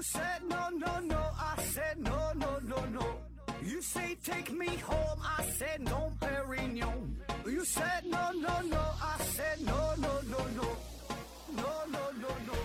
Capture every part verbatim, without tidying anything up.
said no no no, I said no no no no. You say take me home, I said no, Perignon. You said no no no, I said no no no no no no no no.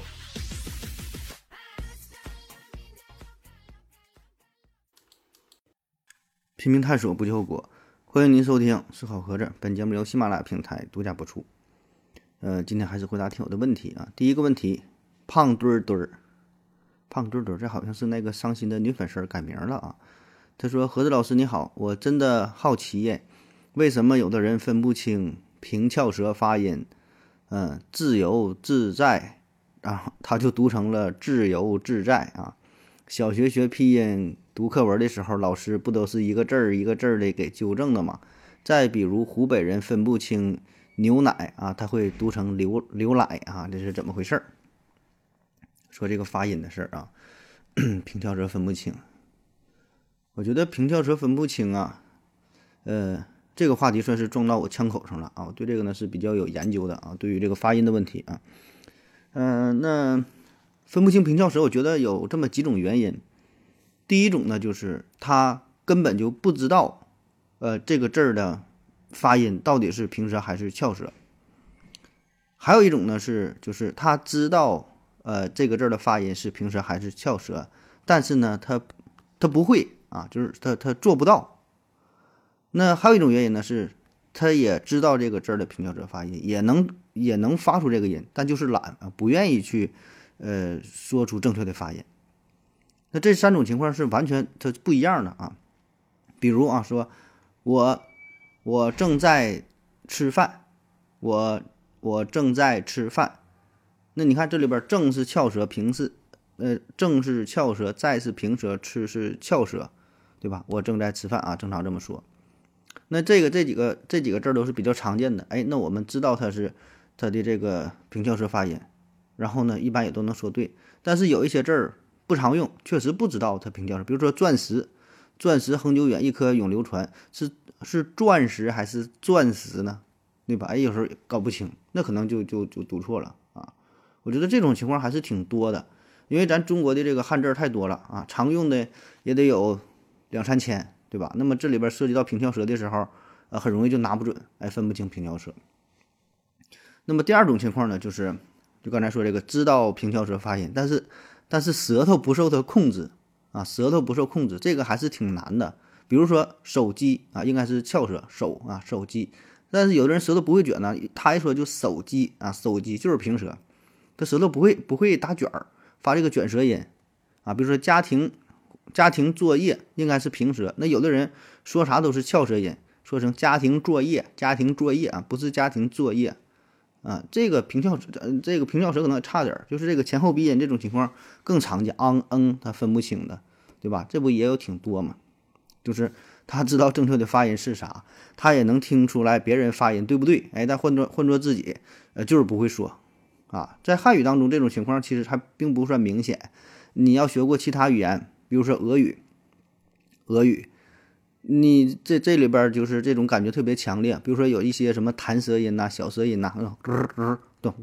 拼命探索，不计后果。欢迎您收听思考盒子，本节目由喜马拉雅平台独家播出。呃，今天还是回答听友的问题啊。第一个问题，胖墩儿墩儿，胖墩儿墩儿，这好像是那个伤心的女粉丝改名了啊。他说：“盒子老师你好，我真的好奇耶，为什么有的人分不清平翘舌发音，嗯、呃，自由自在，然后他就读成了自由自在啊。小学学拼音读课文的时候，老师不都是一个字儿一个字儿的给纠正的吗？再比如湖北人分不清牛奶啊，他会读成牛牛奶啊，这是怎么回事儿？说这个发音的事儿啊，平翘舌分不清。我觉得平翘舌分不清啊，呃，这个话题算是撞到我枪口上了啊。我对这个呢是比较有研究的啊，对于这个发音的问题啊，嗯、呃，那分不清平翘舌，我觉得有这么几种原因。第一种呢，就是他根本就不知道，呃，这个字儿的发音到底是平舌还是翘舌。还有一种呢是，就是他知道，呃，这个字儿的发音是平舌还是翘舌，但是呢，他他不会啊，就是他他做不到。那还有一种原因呢是，他也知道这个字儿的平翘舌发音，也能也能发出这个音，但就是懒啊，不愿意去，呃，说出正确的发音。那这三种情况是完全它不一样的啊。比如啊，说我我正在吃饭，我我正在吃饭。那你看这里边正是翘舌，平是呃正是翘舌，在是平舌，吃是翘舌，对吧？我正在吃饭啊，正常这么说。那这个这几个这几个字都是比较常见的，哎，那我们知道它是它的这个平翘舌发音，然后呢，一般也都能说对。但是有一些字儿不常用，确实不知道它平翘舌。比如说钻石，钻石恒久远，一颗永流传，是是钻石还是钻石呢？对吧？哎，有时候搞不清，那可能就就就读错了啊。我觉得这种情况还是挺多的，因为咱中国的这个汉字太多了啊，常用的也得有两三千，对吧？那么这里边涉及到平翘舌的时候，呃，很容易就拿不准，哎，分不清平翘舌。那么第二种情况呢，就是就刚才说这个知道平翘舌发音，但是但是舌头不受它控制啊，舌头不受控制，这个还是挺难的。比如说手机啊，应该是翘舌手啊，手机。但是有的人舌头不会卷呢，他一说就手机啊，手机就是平舌，他舌头不会不会打卷儿，发这个卷舌音啊。比如说家庭家庭作业应该是平舌，那有的人说啥都是翘舌音，说成家庭作业家庭作业啊，不是家庭作业啊。这个平翘这个平翘舌可能差点，就是这个前后鼻音这种情况更常见，昂嗯他分不清的，对吧？这不也有挺多嘛，就是他知道正确的发音是啥，他也能听出来别人发音对不对，哎，但换作换作自己，呃，就是不会说啊。在汉语当中，这种情况其实还并不算明显。你要学过其他语言，比如说俄语，俄语，你这这里边就是这种感觉特别强烈。比如说有一些什么弹舌音呐、啊、小舌音呐、啊，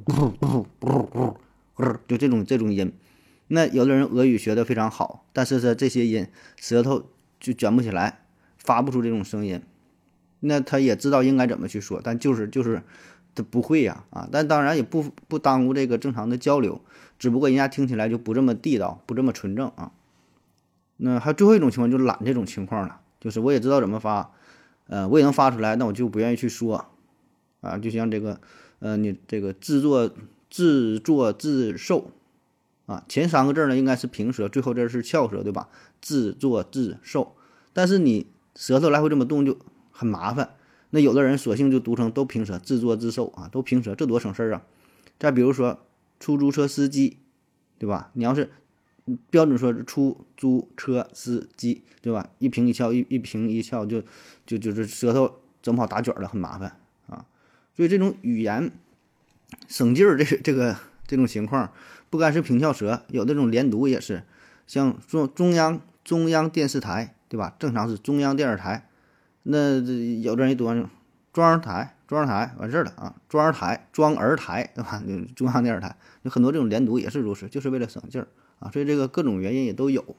就这种这种音。那有的人俄语学得非常好，但是这些音舌头就卷不起来，发不出这种声音，那他也知道应该怎么去说，但就是就是他不会呀 啊, 啊！但当然也不不耽误这个正常的交流，只不过人家听起来就不这么地道，不这么纯正啊。那还有最后一种情况就是懒这种情况了，就是我也知道怎么发，呃，我也能发出来，那我就不愿意去说啊。就像这个，呃，你这个自作自作自受啊，前三个字呢应该是平舌，最后字是翘舌，对吧？自作自受，但是你舌头来回这么动就很麻烦。那有的人索性就读成都平舌，自作自受啊，都平舌，这多省事儿啊。再比如说出租车司机，对吧？你要是标准说是出租车司机，对吧？一平一翘，一一平一翘，就就就是舌头整不好打卷了，很麻烦啊。所以这种语言省劲儿，这这个这种情况，不干是平翘舌，有那种连读也是，像中中央中央电视台，对吧？正常是中央电视台，那有的人一读完中央台中央台完事儿了啊，中央台庄儿台，对吧？中央电视台有很多这种连读也是如此，就是为了省劲儿啊，所以这个各种原因也都有。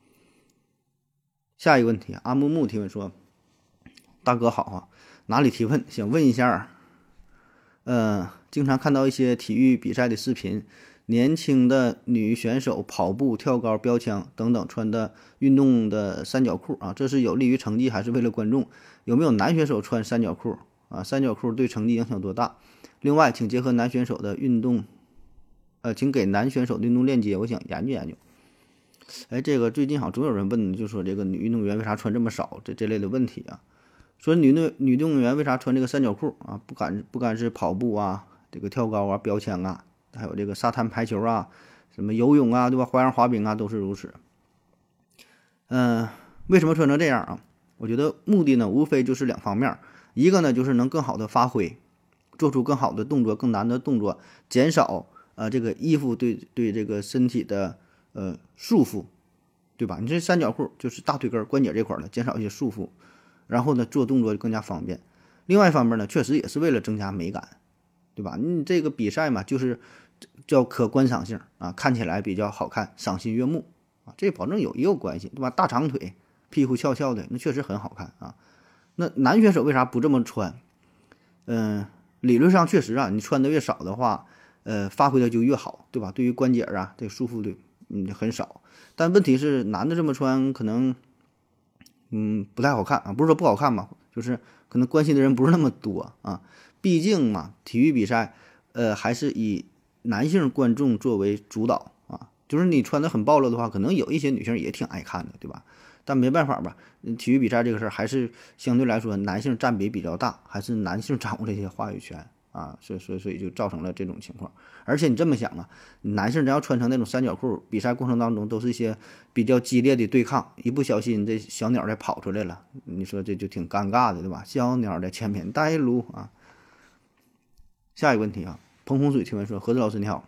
下一个问题，阿木木提问说：大哥好啊，哪里提问？想问一下，呃，经常看到一些体育比赛的视频，年轻的女选手跑步、跳高、标枪等等穿的运动的三角裤啊，这是有利于成绩还是为了观众？有没有男选手穿三角裤啊？三角裤对成绩影响多大？另外，请结合男选手的运动，呃，请给男选手的运动链接，我想研究研究。哎，这个最近好像总有人问，就说这个女运动员为啥穿这么少，这这类的问题啊。说女运女运动员为啥穿这个三角裤啊？不敢不敢是跑步啊，这个跳高啊、标枪啊，还有这个沙滩排球啊、什么游泳啊，对吧？花样滑冰啊，都是如此。嗯、呃，为什么穿成这样啊？我觉得目的呢，无非就是两方面，一个呢就是能更好的发挥，做出更好的动作、更难的动作，减少呃这个衣服对对这个身体的呃束缚，对吧？你这三角裤就是大腿根关节这块的，减少一些束缚，然后呢做动作就更加方便。另外一方面呢，确实也是为了增加美感，对吧？你这个比赛嘛，就是叫可观赏性啊，看起来比较好看，赏心悦目啊，这保证有也有关系，对吧？大长腿，屁股翘翘的，那确实很好看啊。那男选手为啥不这么穿？嗯、呃，理论上确实啊，你穿的越少的话，呃，发挥的就越好，对吧？对于关节啊，这个束缚的嗯很少。但问题是，男的这么穿可能，嗯，不太好看啊。不是说不好看吧，就是可能关心的人不是那么多啊。毕竟嘛，体育比赛，呃，还是以男性观众作为主导啊。就是你穿的很暴露的话，可能有一些女性也挺爱看的，对吧？但没办法吧，体育比赛这个事儿还是相对来说男性占比比较大，还是男性掌握这些话语权啊，所以所以所以就造成了这种情况。而且你这么想啊，男性只要穿成那种三角裤，比赛过程当中都是一些比较激烈的对抗，一不小心这小鸟再跑出来了，你说这就挺尴尬的，对吧？小鸟在前面带路啊。下一个问题啊，彭洪水提问说：何子老师你好。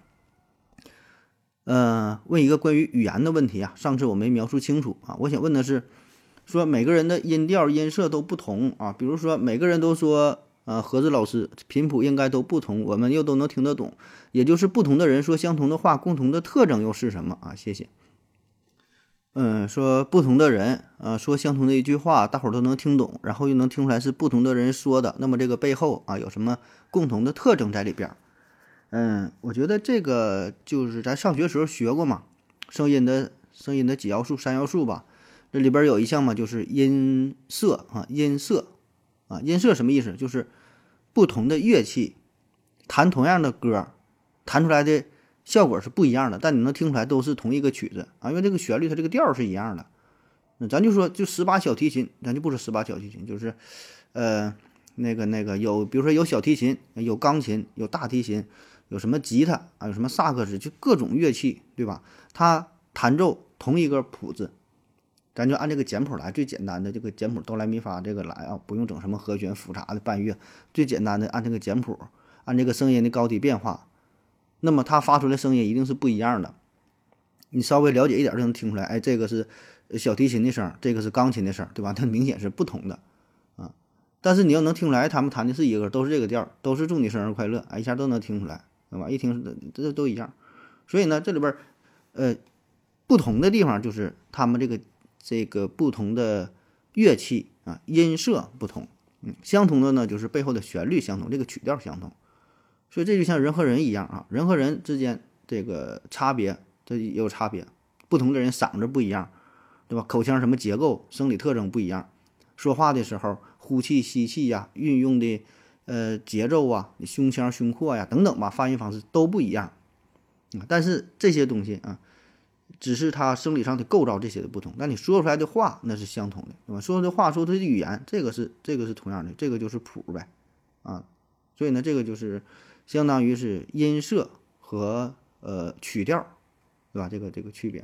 呃，问一个关于语言的问题啊，上次我没描述清楚啊，我想问的是，说每个人的音调、音色都不同啊，比如说每个人都说，呃，何子老师频谱应该都不同，我们又都能听得懂，也就是不同的人说相同的话，共同的特征又是什么啊？谢谢。嗯，说不同的人，呃，说相同的一句话，大伙儿都能听懂，然后又能听出来是不同的人说的，那么这个背后啊有什么共同的特征在里边？嗯，我觉得这个就是咱上学时候学过嘛，声音的声音的几要素，三要素吧。这里边有一项嘛，就是音色啊，音色啊，音色什么意思？就是不同的乐器弹同样的歌，弹出来的效果是不一样的，但你能听出来都是同一个曲子啊，因为这个旋律它这个调是一样的。那咱就说，就十把小提琴，咱就不说十把小提琴，就是呃那个那个有，比如说有小提琴，有钢琴，有大提琴。有什么吉他啊，有什么萨克斯，就各种乐器，对吧？它弹奏同一个谱子，咱就按这个简谱来，最简单的这个简谱哆来咪发这个来啊，不用整什么和弦复杂的伴乐，最简单的按这个简谱，按这个声音的高低变化，那么它发出来声音一定是不一样的。你稍微了解一点就能听出来，哎，这个是小提琴的声，这个是钢琴的声，对吧？它明显是不同的啊。但是你要能听出来，他们弹的是一个，都是这个调，都是祝你生日快乐，哎，一下都能听出来。对吧？一听这这都一样，所以呢，这里边呃不同的地方就是他们这个这个不同的乐器啊，音色不同，嗯，相同的呢就是背后的旋律相同，这个曲调相同，所以这就像人和人一样啊，人和人之间这个差别这也有差别，不同的人嗓子不一样，对吧？口腔什么结构、生理特征不一样，说话的时候呼气、吸气呀、啊，运用的。呃，节奏啊，你胸腔、胸廓呀、啊、等等吧，发音方式都不一样，啊，但是这些东西啊，只是它生理上的构造这些的不同，但你说出来的话那是相同的，对吧？说出的话，说出的语言，这个是这个是同样的，这个就是谱呗，啊，所以呢，这个就是相当于是音色和呃曲调，对吧？这个这个区别。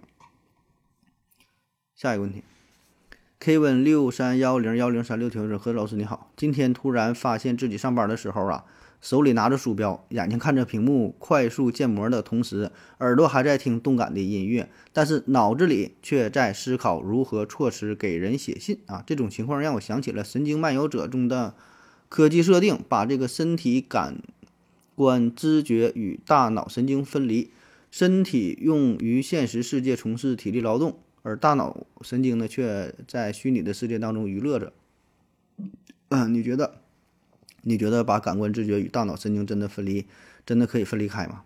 下一个问题。K 问六三幺零幺零三六提问说：何老师你好，今天突然发现自己上班的时候啊，手里拿着鼠标，眼睛看着屏幕快速建模的同时，耳朵还在听动感的音乐，但是脑子里却在思考如何措辞给人写信啊。这种情况让我想起了《神经漫游者》中的科技设定，把这个身体感官知觉与大脑神经分离， 身体用于现实世界从事体力劳动，而大脑神经呢却在虚拟的世界当中娱乐着。嗯，你觉得你觉得把感官知觉与大脑神经真的分离，真的可以分离开吗？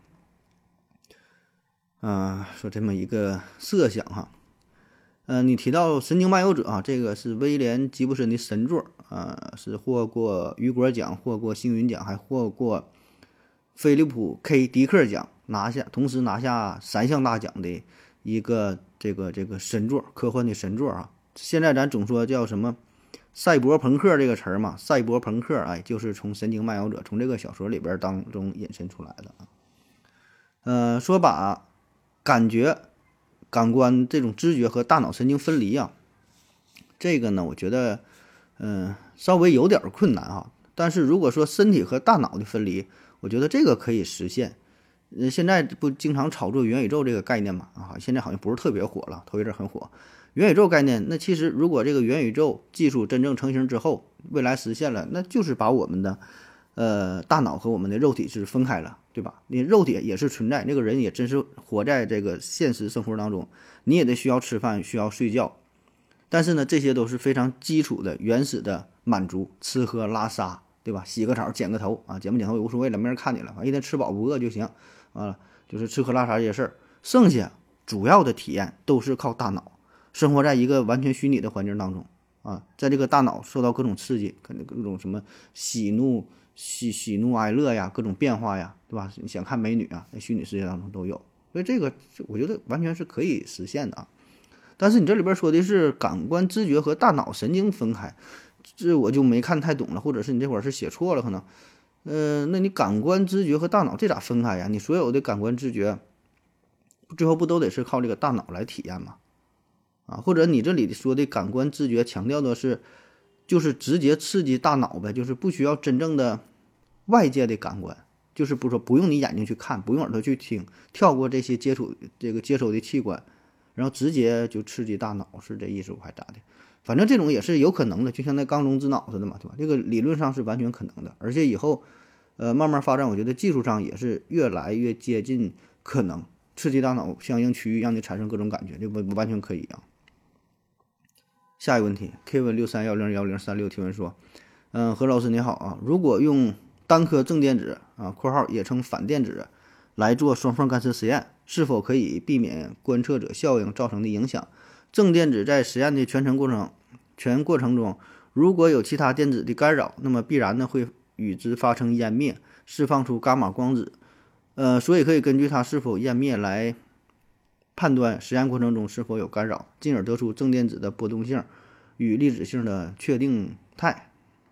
啊、呃，说这么一个设想哈。呃，你提到神经漫游者啊，这个是威廉吉布森的神作啊、呃，是获过雨果奖，获过星云奖，还获过菲利普 K 迪克奖，拿下同时拿下三项大奖的一个这个这个神作，科幻的神作啊。现在咱总说叫什么赛博朋克这个词儿嘛，赛博朋克哎，就是从神经漫游者从这个小说里边当中引申出来的啊。呃，说把感觉。感官这种知觉和大脑神经分离啊，这个呢，我觉得，嗯、呃，稍微有点困难啊。但是如果说身体和大脑的分离，我觉得这个可以实现。呃，现在不经常炒作元宇宙这个概念嘛？啊，现在好像不是特别火了，头一阵很火。元宇宙概念，那其实如果这个元宇宙技术真正成型之后，未来实现了，那就是把我们的呃大脑和我们的肉体是分开了。对吧？你肉体也是存在，那个人也真是活在这个现实生活当中，你也得需要吃饭，需要睡觉，但是呢，这些都是非常基础的、原始的满足，吃喝拉撒，对吧？洗个澡、剪个头啊，剪不剪头也无所谓了，没人看你了，反正一天吃饱不饿就行啊，就是吃喝拉撒这些事儿，剩下主要的体验都是靠大脑，生活在一个完全虚拟的环境当中啊，在这个大脑受到各种刺激，可能各种什么喜怒。喜喜怒哀乐呀，各种变化呀，对吧？你想看美女啊，在虚拟世界当中都有，所以这个我觉得完全是可以实现的啊。但是你这里边说的是感官知觉和大脑神经分开，这我就没看太懂了，或者是你这会儿是写错了可能。呃，那你感官知觉和大脑这咋分开呀？你所有的感官知觉，最后不都得是靠这个大脑来体验吗？啊，或者你这里说的感官知觉强调的是，就是直接刺激大脑呗，就是不需要真正的。外界的感官，就是不是说不用你眼睛去看，不用耳朵去听，跳过这些接触这个接收的器官，然后直接就刺激大脑，是这意思我还咋的？反正这种也是有可能的，就像那缸中之脑似的嘛，对吧？这个理论上是完全可能的，而且以后呃慢慢发展，我觉得技术上也是越来越接近可能刺激大脑相应区域，让你产生各种感觉，这不完全可以啊。下一个问题 ，Kevin 六三幺零幺零三六提问说，嗯，何老师你好啊，如果用单颗正电子啊（括号也称反电子）来做双缝干涉实验，是否可以避免观测者效应造成的影响？正电子在实验的全程过程全过程中，如果有其他电子的干扰，那么必然呢会与之发生湮灭，释放出伽马光子。呃，所以可以根据它是否湮灭来判断实验过程中是否有干扰，进而得出正电子的波动性与粒子性的确定态。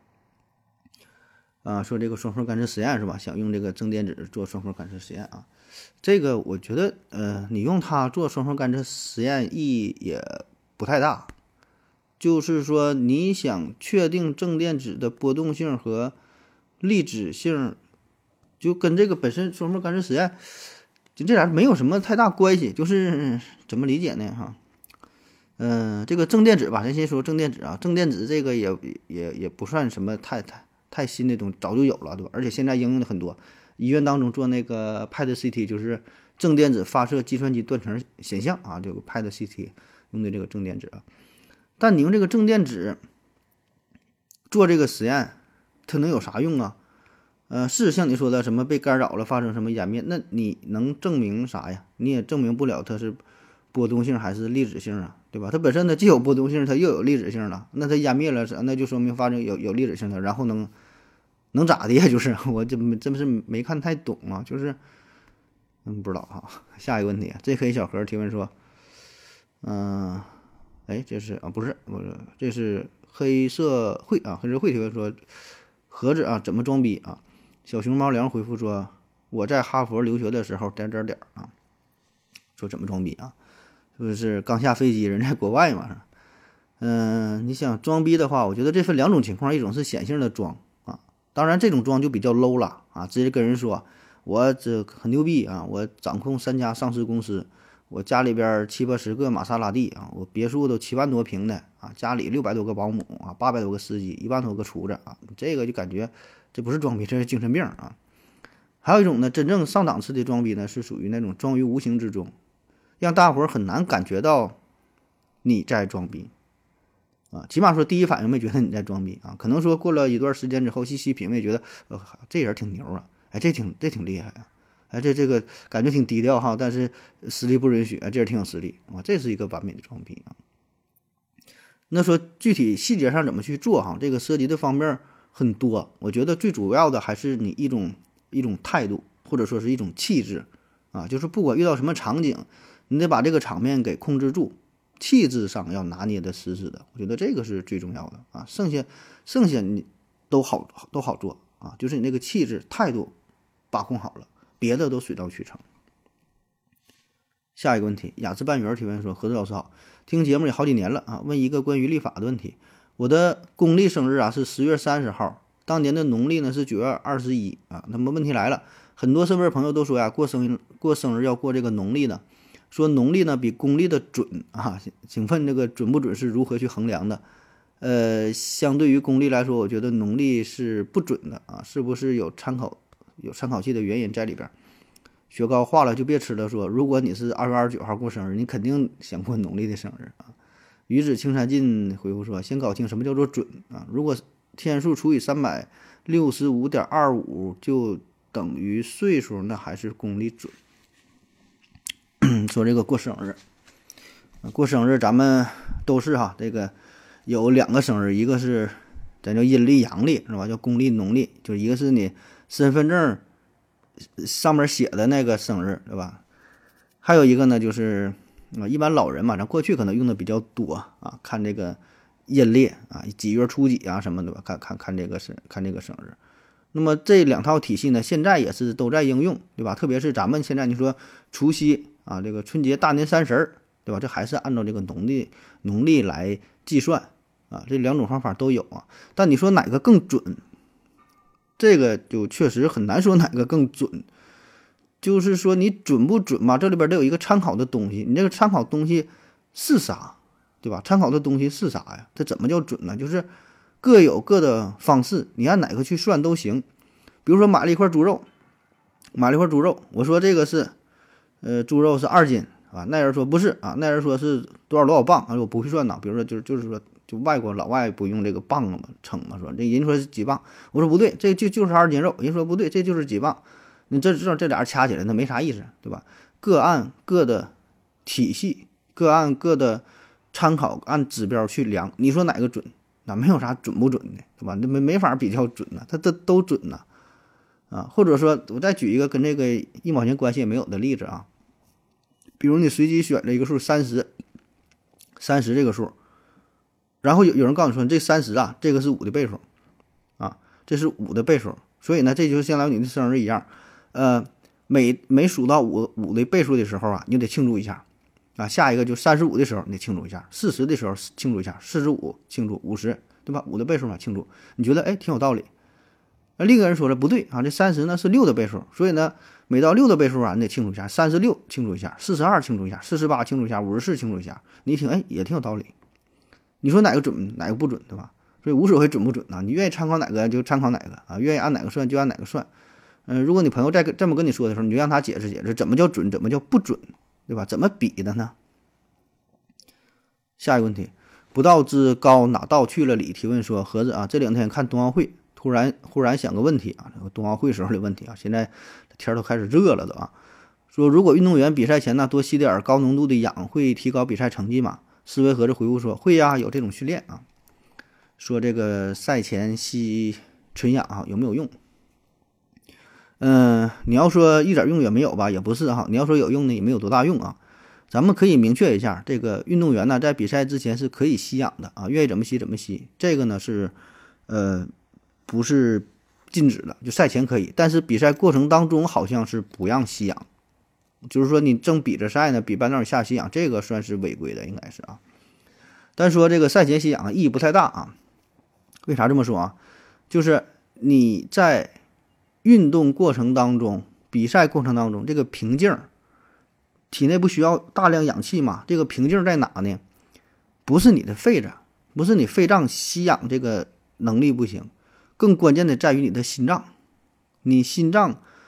啊，说这个双缝干涉实验是吧？想用这个正电子做双缝干涉实验啊，这个我觉得，呃，你用它做双缝干涉实验意义也不太大。就是说，你想确定正电子的波动性和粒子性，就跟这个本身双缝干涉实验，就这俩没有什么太大关系。就是怎么理解呢？哈，嗯、呃，这个正电子吧，咱先说正电子啊，正电子这个也也也不算什么太太。太新的东西早就有了，对吧？而且现在应用的很多，医院当中做那个 P E T C T， 就是正电子发射计算机断层显像啊，这个 P E T C T 用的这个正电子啊。但你用这个正电子做这个实验，它能有啥用啊？呃，是像你说的什么被干扰了，发生什么湮灭，那你能证明啥呀？你也证明不了它是波动性还是粒子性啊，对吧？它本身它既有波动性，它又有粒子性了，那它湮灭了，那就说明发生有有粒子性的，然后能能咋的呀？就是我这真是没看太懂啊，就是嗯不知道哈。下一个问题 ，J K 小何提问说，嗯、呃，哎，这是啊不是不是，这是黑社会啊，黑社会提问说，盒子啊怎么装逼啊？小熊猫粮回复说，我在哈佛留学的时候点点点啊，说怎么装逼啊？就是刚下飞机，人在国外嘛。嗯、呃，你想装逼的话，我觉得这分两种情况，一种是显性的装啊，当然这种装就比较 low 了啊，直接跟人说我这很牛逼啊，我掌控三家上市公司，我家里边七八十个玛莎拉蒂啊，我别墅都七万多平的啊，家里六百多个保姆啊，八百多个司机，一万多个厨子啊，这个就感觉这不是装逼，这是精神病啊。 还有一种呢，真正上档次的装逼呢，是属于那种装于无形之中，让大伙儿很难感觉到你在装逼啊，起码说第一反应没觉得你在装逼啊，可能说过了一段时间之后细细品味，觉得呃这人挺牛啊，哎这挺这挺厉害啊，哎这这个感觉挺低调哈，但是实力不允许，哎这人挺有实力啊，这是一个完美的装逼啊。那说具体细节上怎么去做哈，这个涉及的方面很多，我觉得最主要的还是你一种一种态度，或者说是一种气质啊，就是不管遇到什么场景，你得把这个场面给控制住，气质上要拿捏的死死的，我觉得这个是最重要的啊。剩下剩下你都好都好做啊，就是你那个气质态度把控好了，别的都水到渠成。下一个问题，雅致半圆提问说：何子老师好，听节目也好几年了啊，问一个关于历法的问题。我的公历生日啊是十月三十号，当年的农历呢是九月二十一啊。那么问题来了，很多身边朋友都说呀，过生日过生日要过这个农历的，说农历呢比公历的准啊，请问这个准不准是如何去衡量的？呃，相对于公历来说，我觉得农历是不准的啊，是不是有参考有参考系的原因在里边？雪糕化了就别吃了说，如果你是二月二十九号过生日，你肯定想过农历的生日啊。鱼子青山尽回复说，先搞清什么叫做准啊？如果天数除以三百六十五点二五就等于岁数，那还是公历准。说这个过生日，过生日咱们都是哈，这个有两个生日，一个是咱叫阴历阳历是吧？叫公历农历，就是一个是你身份证上面写的那个生日对吧？还有一个呢就是啊，一般老人嘛，咱过去可能用的比较多啊，看这个阴历啊，几月初几啊什么的吧，看看看这个是看这个生日。那么这两套体系呢，现在也是都在应用，对吧？特别是咱们现在你说除夕啊，这个春节、大年三十儿，对吧？这还是按照这个农历农历来计算啊，这两种方法都有啊。但你说哪个更准？这个就确实很难说哪个更准。就是说你准不准嘛？这里边得有一个参考的东西，你这个参考东西是啥，对吧？参考的东西是啥呀？这怎么叫准呢？就是各有各的方式，你按哪个去算都行。比如说买了一块猪肉，买了一块猪肉，我说这个是，呃，猪肉是二斤啊，那人说不是啊，那人说是多少多少磅啊，我不会算呐。比如说就是就是说，就外国老外不用这个磅嘛称嘛，说这人说是几磅，我说不对，这就就是二斤肉，人说不对，这就是几磅。你这这这俩人掐起来，那没啥意思，对吧？各按各的体系，各按各的参考，按指标去量。你说哪个准？那没有啥准不准的，对吧？那没没法比较准呢，它这都准呢，啊。或者说，我再举一个跟这个一毛钱关系也没有的例子啊，比如你随机选了一个数三十，三十这个数，然后有有人告诉你说这三十啊，这个是五的倍数，啊，这是五的倍数，所以呢，这就相当于你的生日一样。呃，每每数到五五的倍数的时候啊，你就得庆祝一下啊。下一个就三十五的时候，你得庆祝一下；四十的时候庆祝一下；四十五庆祝，五十对吧？五的倍数嘛庆祝，你觉得哎挺有道理。那另一个人说了不对啊，这三十呢是六的倍数，所以呢每到六的倍数啊，你得庆祝一下。三十六庆祝一下，四十二庆祝一下，四十八庆祝一下，五十四庆祝一下。你一听哎也挺有道理。你说哪个准哪个不准对吧？所以无所谓准不准啊，你愿意参考哪个就参考哪个啊，愿意按哪个算就按哪个算。嗯、呃，如果你朋友在这么跟你说的时候，你就让他解释解释，怎么叫准，怎么叫不准，对吧？怎么比的呢？下一个问题，不道之高哪道去了理提问说，盒子啊，这两天看冬奥会，突然忽然想个问题啊，这个冬奥会时候的问题啊，现在天都开始热了都啊。说如果运动员比赛前呢多吸点高浓度的氧，会提高比赛成绩吗？思维盒子回复说会呀、啊，有这种训练啊。说这个赛前吸纯氧啊有没有用？嗯、呃，你要说一点用也没有吧，也不是哈。你要说有用呢，也没有多大用啊。咱们可以明确一下，这个运动员呢，在比赛之前是可以吸氧的啊，愿意怎么吸怎么吸。这个呢是，呃，不是禁止的，就赛前可以，但是比赛过程当中好像是不让吸氧，就是说你正比着赛呢，比半道以下吸氧，这个算是违规的，应该是啊。但说这个赛前吸氧意义不太大啊。为啥这么说啊？就是你在运动过程当中，比赛过程当中，这个瓶颈，体内不需要大量氧气嘛？这个瓶颈在哪呢？不是你的肺子，不是你肺脏吸氧这个能力不行，更关键的在于你的心脏。你心脏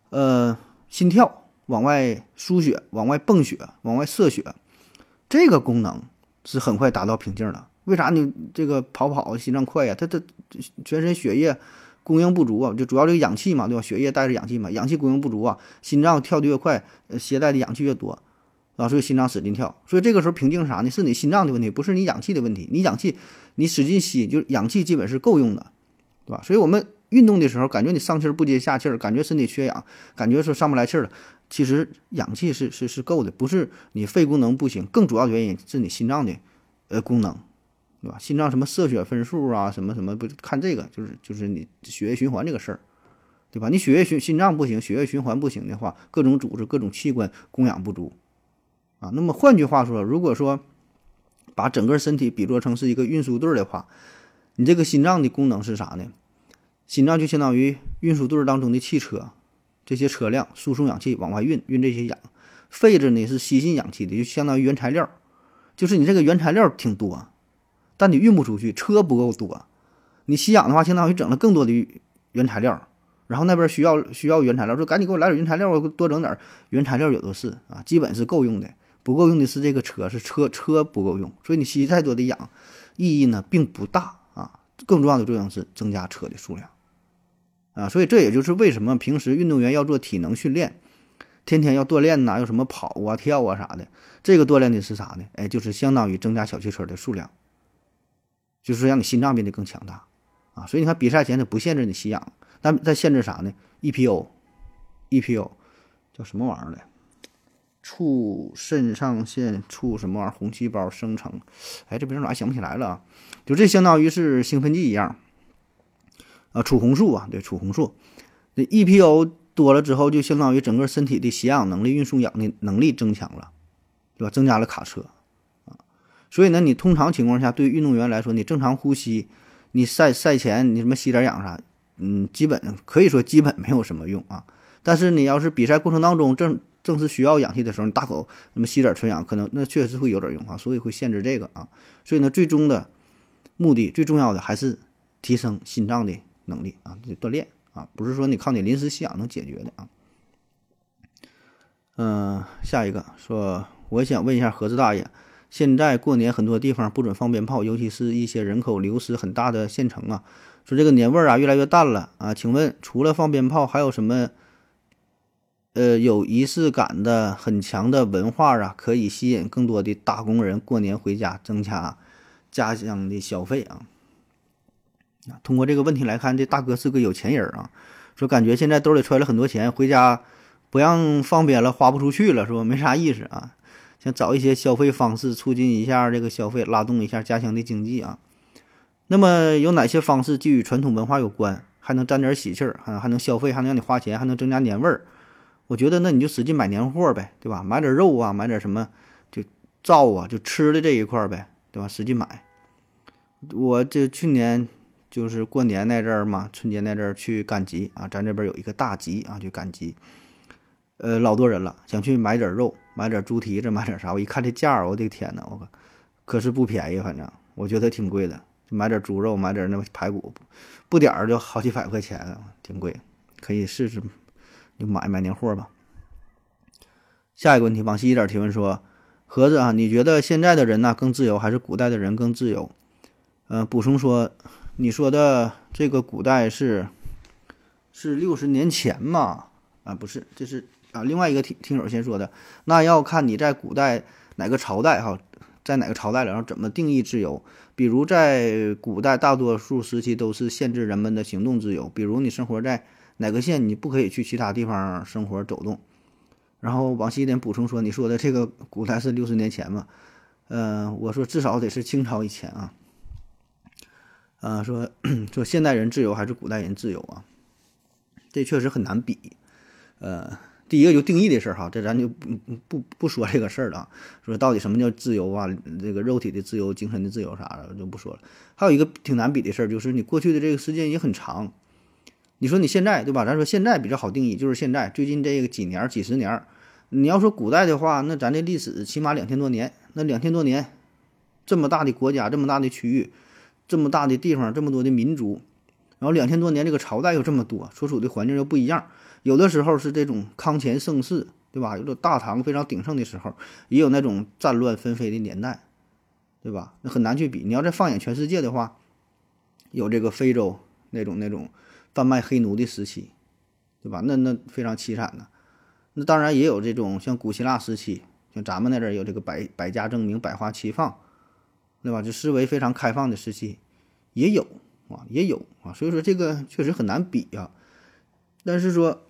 呃，心跳往外输血、往外泵血、往外射血，这个功能是很快达到瓶颈的。为啥你这个跑跑心脏快呀？它它全身血液供应不足啊，就主要这个氧气嘛，对吧？血液带着氧气嘛，氧气供应不足啊，心脏跳得越快，呃，携带的氧气越多啊，所以心脏使劲跳。所以这个时候瓶颈是啥呢？是你心脏的问题，不是你氧气的问题。你氧气你使劲吸，就氧气基本是够用的，对吧？所以我们运动的时候，感觉你上气儿不接下气儿，感觉身体缺氧，感觉说上不来气儿了，其实氧气是是是够的，不是你肺功能不行，更主要的原因是你心脏的呃功能。对吧？心脏什么射血分数啊，什么什么不看这个，就是就是你血液循环这个事儿，对吧？你血液循心脏不行，血液循环不行的话，各种组织、各种器官供氧不足啊。那么换句话说，如果说把整个身体比作成是一个运输队的话，你这个心脏的功能是啥呢？心脏就相当于运输队当中的汽车，这些车辆输送氧气往外运，运这些氧。肺子呢是吸进氧气的，就相当于原材料，就是你这个原材料挺多。但你运不出去，车不够多，你吸氧的话，相当于整了更多的原材料，然后那边需要需要原材料，说赶紧给我来点原材料，我多整点原材料，有的是啊，基本是够用的，不够用的是这个车，是车车不够用，所以你吸再多的氧，意义呢并不大啊，更重要的作用是增加车的数量啊，所以这也就是为什么平时运动员要做体能训练，天天要锻炼呐，有什么跑啊、跳啊啥的，这个锻炼的是啥呢？哎，就是相当于增加小汽车的数量。就是让你心脏变得更强大啊，所以你看比赛前它不限制你吸氧，但它限制啥呢 ？E P O，E P O 叫什么玩意儿来？促肾上腺促什么玩意儿？红细胞生成，哎，这名儿咋想不起来了啊？就这相当于是兴奋剂一样啊，储红素啊，对，储红素。这 E P O 多了之后，就相当于整个身体的携氧能力、运送氧的能力增强了，对吧？增加了卡车。所以呢，你通常情况下对运动员来说，你正常呼吸，你赛赛前你什么吸点氧啥，嗯，基本可以说基本没有什么用啊。但是你要是比赛过程当中正正是需要氧气的时候，你大口那么吸点纯氧，可能那确实会有点用啊，所以会限制这个啊。所以呢，最终的目的最重要的还是提升心脏的能力啊，得锻炼啊，不是说你靠你临时吸氧能解决的啊。嗯、呃，下一个说，我想问一下盒子大爷。现在过年很多地方不准放鞭炮，尤其是一些人口流失很大的县城啊，说这个年味儿啊越来越淡了啊。请问除了放鞭炮，还有什么呃有仪式感的很强的文化啊，可以吸引更多的打工人过年回家，增加家乡的消费啊？通过这个问题来看，这大哥是个有钱人啊，说感觉现在兜里揣了很多钱，回家不让放鞭了，花不出去了，说没啥意思啊。想找一些消费方式，促进一下这个消费，拉动一下家乡的经济啊。那么有哪些方式既与传统文化有关，还能沾点喜气儿，还还能消费，还能让你花钱，还能增加年味儿？我觉得那你就使劲买年货呗，对吧？买点肉啊，买点什么就灶啊，就吃的这一块呗，对吧？使劲买。我这去年就是过年那阵儿嘛，春节那阵儿去赶集啊，咱这边有一个大集啊，去赶集。呃，老多人了，想去买点肉，买点猪蹄子，买点啥？我一看这价儿，我的天呐，我可可是不便宜，反正我觉得挺贵的。买点猪肉，买点那排骨，不点儿就好几百块钱，挺贵，可以试试，就买买年货吧。下一个问题，往细一点提问说，盒子啊，你觉得现在的人呢更自由，还是古代的人更自由？呃，补充说，你说的这个古代是是六十年前嘛？啊，不是，这是。啊，另外一个听听友先说的，那要看你在古代哪个朝代哈，在哪个朝代了，然后怎么定义自由。比如在古代，大多数时期都是限制人们的行动自由，比如你生活在哪个县，你不可以去其他地方生活走动。然后往西一点补充说，你说的这个古代是六十年前嘛？呃，我说至少得是清朝以前啊。啊、呃，说说现代人自由还是古代人自由啊？这确实很难比，呃。第一个就定义的事儿哈，这咱就不不不说这个事儿了。说到底什么叫自由啊？这个肉体的自由、精神的自由啥的就不说了。还有一个挺难比的事儿，就是你过去的这个时间也很长。你说你现在对吧？咱说现在比较好定义，就是现在最近这个几年、几十年。你要说古代的话，那咱这历史起码两千多年，那两千多年，这么大的国家、这么大的区域、这么大的地方、这么多的民族， 然后两千多年这个朝代又这么多，所处的环境又不一样，有的时候是这种康乾盛世，对吧？有的大唐非常鼎盛的时候，也有那种战乱纷飞的年代，对吧？那很难去比。你要再放眼全世界的话，有这个非洲那种那种贩卖黑奴的时期，对吧？那那非常凄惨的。那当然也有这种像古希腊时期，像咱们那阵有这个百百家争鸣、百花齐放，对吧？就思维非常开放的时期，也有啊，也有啊。所以说这个确实很难比啊。但是说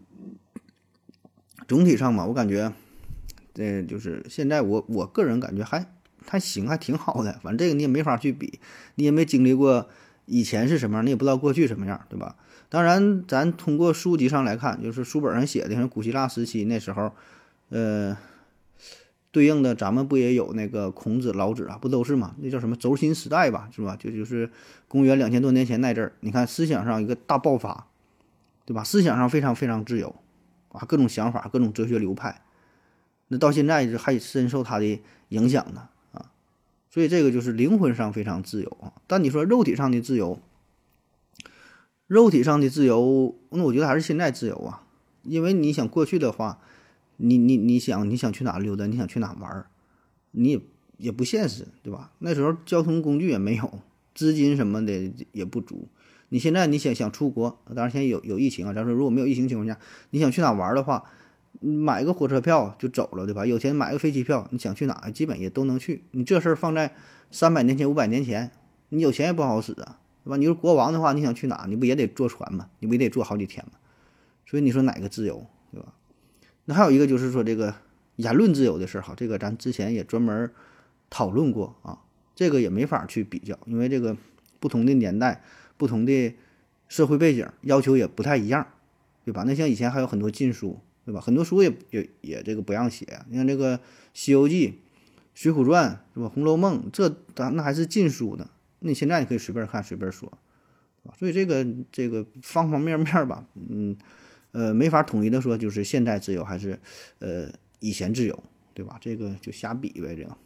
总体上嘛，我感觉，呃，就是现在我我个人感觉还还行，还挺好的。反正这个你也没法去比，你也没经历过以前是什么样，你也不知道过去什么样，对吧？当然，咱通过书籍上来看，就是书本上写的，像古希腊时期那时候，呃，对应的咱们不也有那个孔子、老子啊，不都是嘛？那叫什么轴心时代吧，是吧？就就是公元两千多年前那阵儿，你看思想上一个大爆发，对吧？思想上非常非常自由啊，各种想法，各种哲学流派，那到现在还深受他的影响呢啊，所以这个就是灵魂上非常自由啊。但你说肉体上的自由，肉体上的自由，那我觉得还是现在自由啊，因为你想过去的话，你你你想你想去哪溜达，你想去哪玩，你也也不现实，对吧？那时候交通工具也没有，资金什么的也不足。你现在你想想出国，当然现在有有疫情啊，咱说如果没有疫情情况下，你想去哪玩的话，买个火车票就走了，对吧？有钱买个飞机票，你想去哪基本也都能去。你这事儿放在三百年前、五百年前，你有钱也不好使啊，对吧？你是国王的话，你想去哪，你不也得坐船吗？你不也得坐好几天吗？所以你说哪个自由，对吧？那还有一个就是说这个言论自由的事儿，哈，这个咱之前也专门讨论过啊，这个也没法去比较，因为这个不同的年代、不同的社会背景要求也不太一样，对吧？那像以前还有很多禁书，对吧？很多书也也也这个不让写，你看这个《西游记》《水浒传》是吧，《红楼梦》，这咱那还是禁书呢。那你现在你可以随便看随便说，所以这个这个方方面面吧，嗯呃没法统一的说就是现在自由还是呃以前自由，对吧？这个就瞎比呗。这个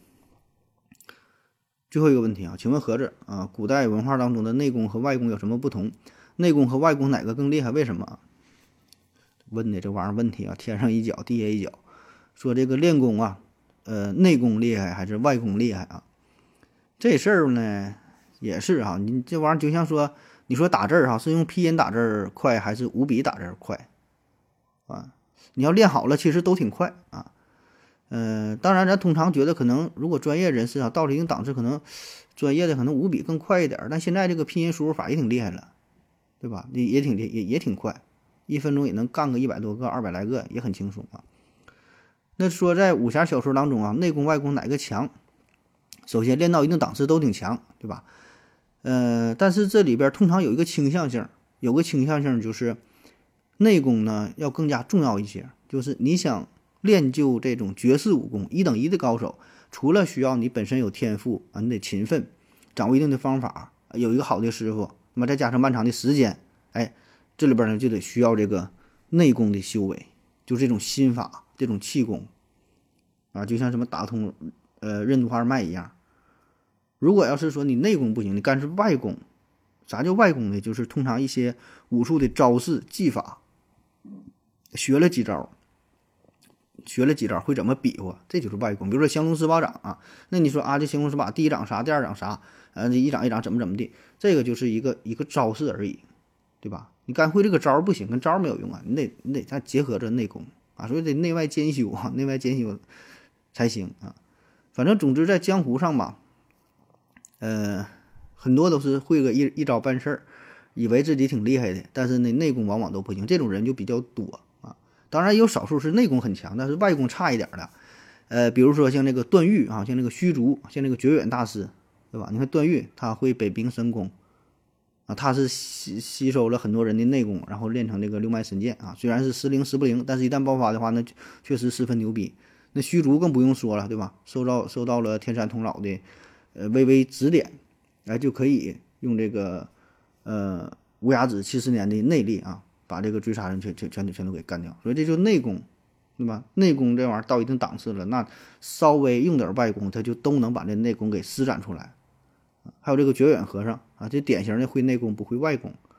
最后一个问题啊，请问盒子啊，古代文化当中的内功和外功有什么不同？内功和外功哪个更厉害？为什么？问的这玩意儿问题啊，天上一脚地下一脚。说这个练功啊，呃内功厉害还是外功厉害啊？这事儿呢也是哈、啊，你这玩意儿就像说，你说打字儿哈，是用拼音打字儿快还是五笔打字儿快啊？你要练好了，其实都挺快啊。呃，当然咱通常觉得可能如果专业人士啊到了一定档次，可能专业的可能五笔更快一点，但现在这个拼音输入法也挺厉害了，对吧？也也挺厉也也挺快，一分钟也能干个一百多个、二百来个，也很轻松啊。那说在武侠小说当中啊，内功外功哪个强？首先练到一定档次都挺强，对吧？呃，但是这里边通常有一个倾向性，有个倾向性就是内功呢要更加重要一些，就是你想练就这种绝世武功一等一的高手，除了需要你本身有天赋啊，你得勤奋，掌握一定的方法，有一个好的师傅，那么再加上漫长的时间，哎，这里边呢就得需要这个内功的修为，就这种心法，这种气功啊，就像什么打通呃任督二脉一样。如果要是说你内功不行，你干是外功。啥叫外功呢？就是通常一些武术的招式技法，学了几招，学了几招会怎么比划，这就是外功。比如说降龙十八掌啊，那你说啊，这降龙十八第一掌啥，第二掌啥，呃，这一掌一掌怎么怎么地，这个就是一个一个招式而已，对吧？你干会这个招不行，跟招没有用啊，你得你得再结合着内功啊，所以得内外兼修啊，内外兼修才行啊。反正总之在江湖上吧。呃，很多都是会个一一招半事儿，以为自己挺厉害的，但是呢内功往往都不行，这种人就比较多啊。当然有少数是内功很强，但是外功差一点的，呃，比如说像那个段誉啊，像那个虚竹，像那个绝远大师，对吧？你看段誉他会北冰神功啊，他是吸吸收了很多人的内功，然后练成这个六脉神剑啊，虽然是时灵时不灵，但是一旦爆发的话，那确实十分牛逼。那虚竹更不用说了，对吧？受到受到了天山童姥的呃，微微指点，哎，就可以用这个呃无崖子七十年的内力啊，把这个追杀人全全全都全都给干掉。所以这就内功，对吧？内功这玩意儿到一定档次了，那稍微用点外功，它就都能把这内功给施展出来。还有这个绝远和尚啊，这典型的会内功不会外功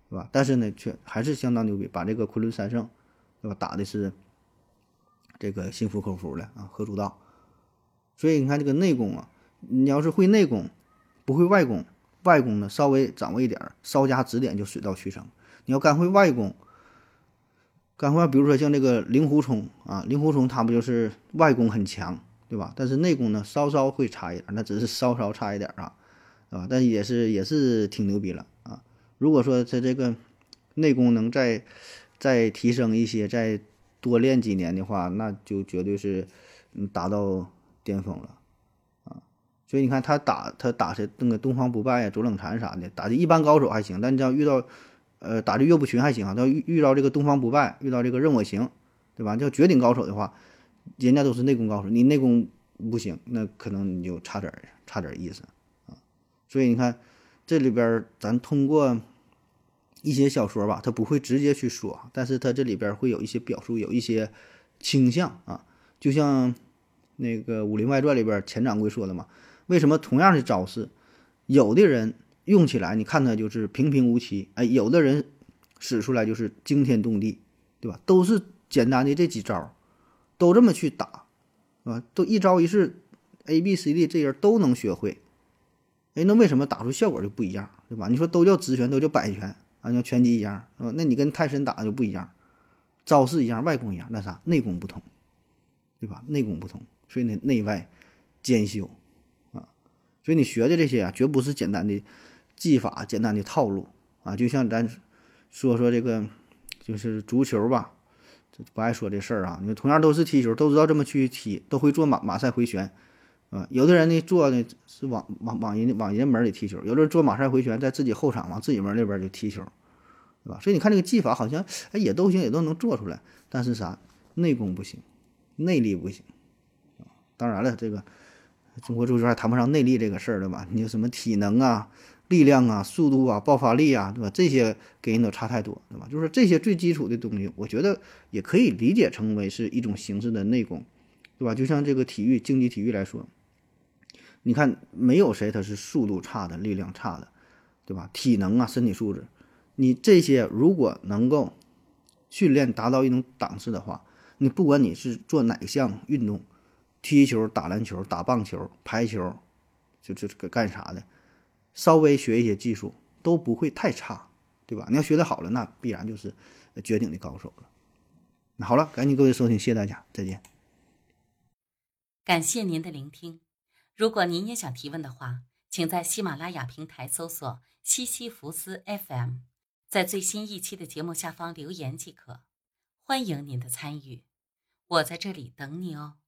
对吧？但是呢，却还是相当牛逼，把这个昆仑三圣，对吧？打的是这个心服口服的啊，合主道。所以你看这个内功啊，你要是会内功，不会外功，外功呢稍微掌握一点，稍加指点就水到渠成。你要干会外功，干会，比如说像这个令狐冲啊，令狐冲他不就是外功很强，对吧？但是内功呢稍稍会差一点，那只是稍稍差一点啊，啊，但也是也是挺牛逼了啊。如果说他这个内功能再再提升一些，再多练几年的话，那就绝对是嗯达到巅峰了啊。所以你看他打他打谁那个东方不败啊、左冷禅啥的，打的一般高手还行，但你要遇到呃打的岳不群还行啊，到遇遇到这个东方不败，遇到这个任我行，对吧？叫绝顶高手的话，人家都是内功高手，你内功不行，那可能你就差点差点意思啊。所以你看这里边咱通过一些小说吧，他不会直接去说，但是他这里边会有一些表述，有一些倾向啊，就像那个《武林外传》里边钱掌柜说的嘛，为什么同样的招式，有的人用起来你看他就是平平无奇，哎，有的人使出来就是惊天动地，对吧？都是简单的这几招，都这么去打，是吧？都一招一式 A B C D 这人都能学会，哎，那为什么打出效果就不一样，对吧？你说都叫直拳，都叫摆拳啊，像拳击一样，是吧？那你跟泰森打就不一样，招式一样，外功一样，那啥，内功不同，对吧？内功不同，所以呢，内外兼修啊。所以你学的这些啊，绝不是简单的技法、简单的套路啊。就像咱说说这个，就是足球吧，不爱说这事儿啊。你们同样都是踢球，都知道这么去踢，都会做马马赛回旋啊。有的人呢做呢是往往往人往人门里踢球，有的人做马赛回旋，在自己后场往自己门那边就踢球，对吧？所以你看这个技法好像哎也都行，也都能做出来，但是啥，内功不行，内力不行。当然了，这个中国足球还谈不上内力这个事儿，对吧？你有什么体能啊、力量啊、速度啊、爆发力啊，对吧？这些给人都差太多，对吧？就是这些最基础的东西，我觉得也可以理解成为是一种形式的内功，对吧？就像这个体育、竞技体育来说，你看没有谁他是速度差的、力量差的，对吧？体能啊、身体素质，你这些如果能够训练达到一种档次的话，你不管你是做哪项运动，踢球、打篮球、打棒球、排球，就这个干啥的，稍微学一些技术都不会太差，对吧？你要学得好了，那必然就是绝顶的高手了。那好了，赶紧各位收听，谢谢大家，再见。 感谢您的聆听。如果您也想提问的话，请在喜马拉雅平台搜索西西弗斯 F M， 在最新一期的节目下方留言即可。欢迎您的参与，我在这里等你哦。